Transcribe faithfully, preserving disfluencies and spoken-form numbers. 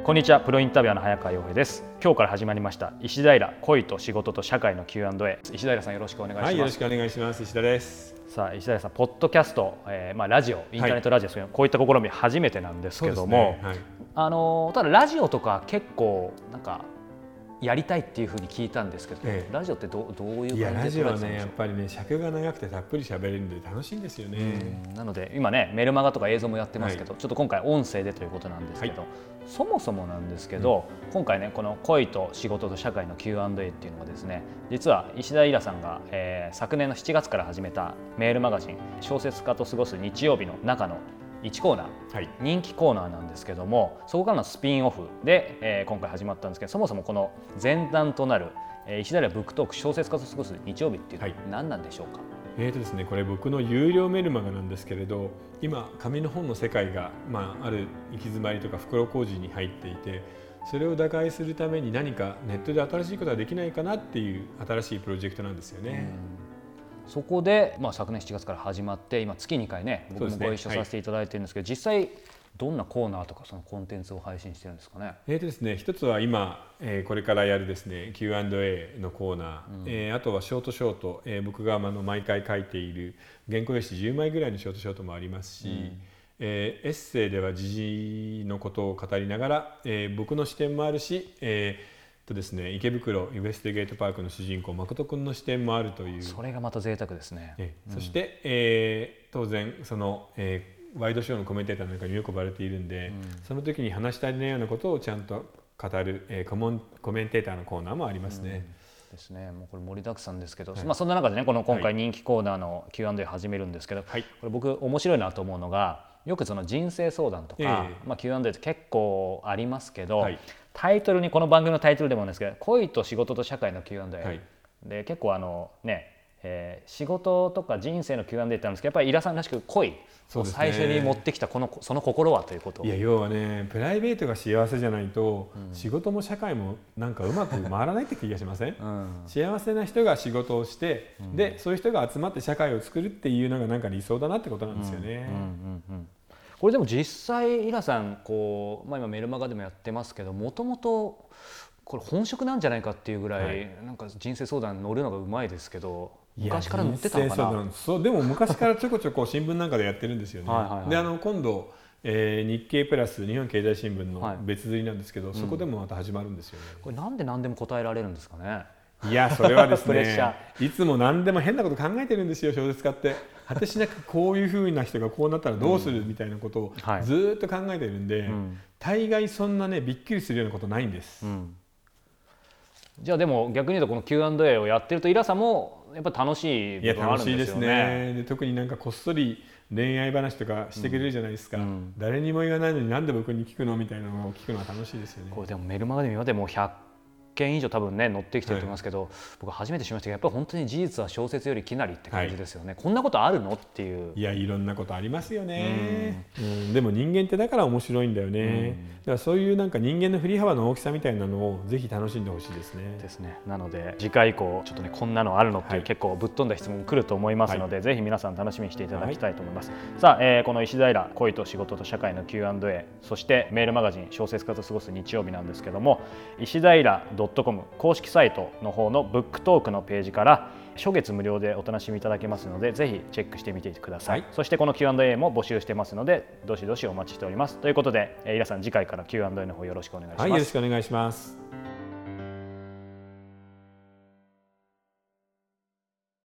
こんにちは、プロインタビュアーの早川洋平です。今日から始まりました石平恋と仕事と社会の キューアンドエー。石平さん、よろしくお願いします。 はい、よろしくお願いします。石田です。 さあ、石平さん、ポッドキャスト、えーまあ、ラジオ、インターネットラジオ、はい、こういった試み初めてなんですけども、ね、はい、あのただラジオとか結構なんかやりたいっていうふうに聞いたんですけど、ええ、ラジオってど う, どういう感じで？いや、 ラジオはね、やっぱりね、尺が長くてたっぷり喋れるんで楽しいんですよね。 なので今ね、メルマガとか映像もやってますけど、はい、ちょっと今回音声でということなんですけど、はい、そもそもなんですけど、うん、今回ね、この恋と仕事と社会の キューアンドエー っていうのがですね、実は石田イラさんが、えー、昨年のしちがつから始めたメールマガジン小説家と過ごす日曜日の中のいちコーナー、はい、人気コーナーなんですけども、そこからのスピンオフで、えー、今回始まったんですけど、そもそもこの前段となる、えー、石平ブックトーク小説家と過ごす日曜日っていうのは何なんでしょうか？はい、 えーとですね、これ僕の有料メルマガなんですけれど、今紙の本の世界が、まあ、ある行き詰まりとか袋小路に入っていて、それを打開するために何かネットで新しいことができないかなっていう新しいプロジェクトなんですよね。 そこで、まあ、昨年しちがつから始まって今月にかいね、僕もご一緒させていただいてるんですけど、実際どんなコーナーとかそのコンテンツを配信してるんですかね？ えーとですね、一つは今、えー、これからやるですね キューアンドエー のコーナー、うん、えー、あとはショートショート、えー、僕があの毎回書いている原稿用紙じゅうまいぐらいのショートショートもありますし、うん、えー、エッセイでは時事のことを語りながら、えー、僕の視点もあるし、えーとですね、池袋ウエストゲートパークの主人公誠くんの視点もあるという。 それがまた贅沢ですね。 えー、そして、えー、当然その、えー、ワイドショーのコメンテーターなんかによく呼ばれているんで、うん、その時に話したいようなことをちゃんと語る、えー、コモンコメンテーターのコーナーもありますね。 うん、ですね。もうこれ盛りだくさんですけど、はい、まあ、そんな中でね、この今回人気コーナーの キューアンドエー 始めるんですけど、はい、これ僕面白いなと思うのが、よくその人生相談とか、えーまあ、キューアンドエー って結構ありますけど、はい、タイトルにこの番組のタイトルでもあるんですけど、恋と仕事と社会の キューアンドエー、はい、で結構あのね、えー、仕事とか人生の キューアンドエー ってあるんですけど、やっぱりイラさんらしく恋を最初に持ってきたこのその心はということを。 いや、要はね、プライベートが幸せじゃないと、うん、仕事も社会もなんかうまく回らないって気がしません？うん、幸せな人が仕事をして、うん、でそういう人が集まって社会を作るっていうのがなんか理想だなってことなんですよね。うんうんうんうん、 これでも実際イラさんこう、まあ、今メルマガでもやってますけど、もともとこれ本職なんじゃないかっていうぐらい、はい、なんか人生相談乗るのがうまいですけど、昔から乗ってたのかな？ そう、でも昔からちょこちょこ新聞なんかでやってるんですよね。はいはいはい、であの今度、えー、日経プラス日本経済新聞の別釣りなんですけど、はい、そこでもまた始まるんですよね。うん、 これなんで何でも答えられるんですかね？ いや、それはですねいつも何でも変なこと考えてるんですよ、小説家って。果てしなくこういう風な人がこうなったらどうするみたいなことをずっと考えてるんで、うん、はい、大概そんなねびっくりするようなことないんです。うん、 じゃあでも逆に言うとこの キューアンドエー をやってるとイラさんもやっぱ楽しい部分があるんですよね。いや、楽しいですね。で特になんかこっそり恋愛話とかしてくれるじゃないですか。うんうん、誰にも言わないのになんで僕に聞くのみたいなのを聞くのは楽しいですよね。 これでもメルマガで今までもうひゃっけん以上多分ね載ってきてると思いますけど、はい、僕初めて知りましたけど、やっぱり本当に事実は小説よりきなりって感じですよね。はい、こんなことあるのっていう。 いや、いろんなことありますよね。うん、うん、でも人間ってだから面白いんだよね。うん、だからそういうなんか人間の振り幅の大きさみたいなのをぜひ楽しんでほしいですね。 ですね。なので次回以降ちょっとねこんなのあるのっていう、はい、結構ぶっ飛んだ質問来ると思いますので、はい、ぜひ皆さん楽しみにしていただきたいと思います。はい、さあ、えー、この石平恋と仕事と社会の キューアンドエー、そしてメールマガジン小説家と過ごす日曜日なんですけども、石平 .com 公式サイトの方のブックトークのページから初月無料でお楽しみいただけますので、ぜひチェックしてみてください。はい、そしてこの キューアンドエー も募集してますので、どしどしお待ちしております。ということで、イラさん次回から キューアンドエー の方よろしくお願いします。 はい、よろしくお願いします。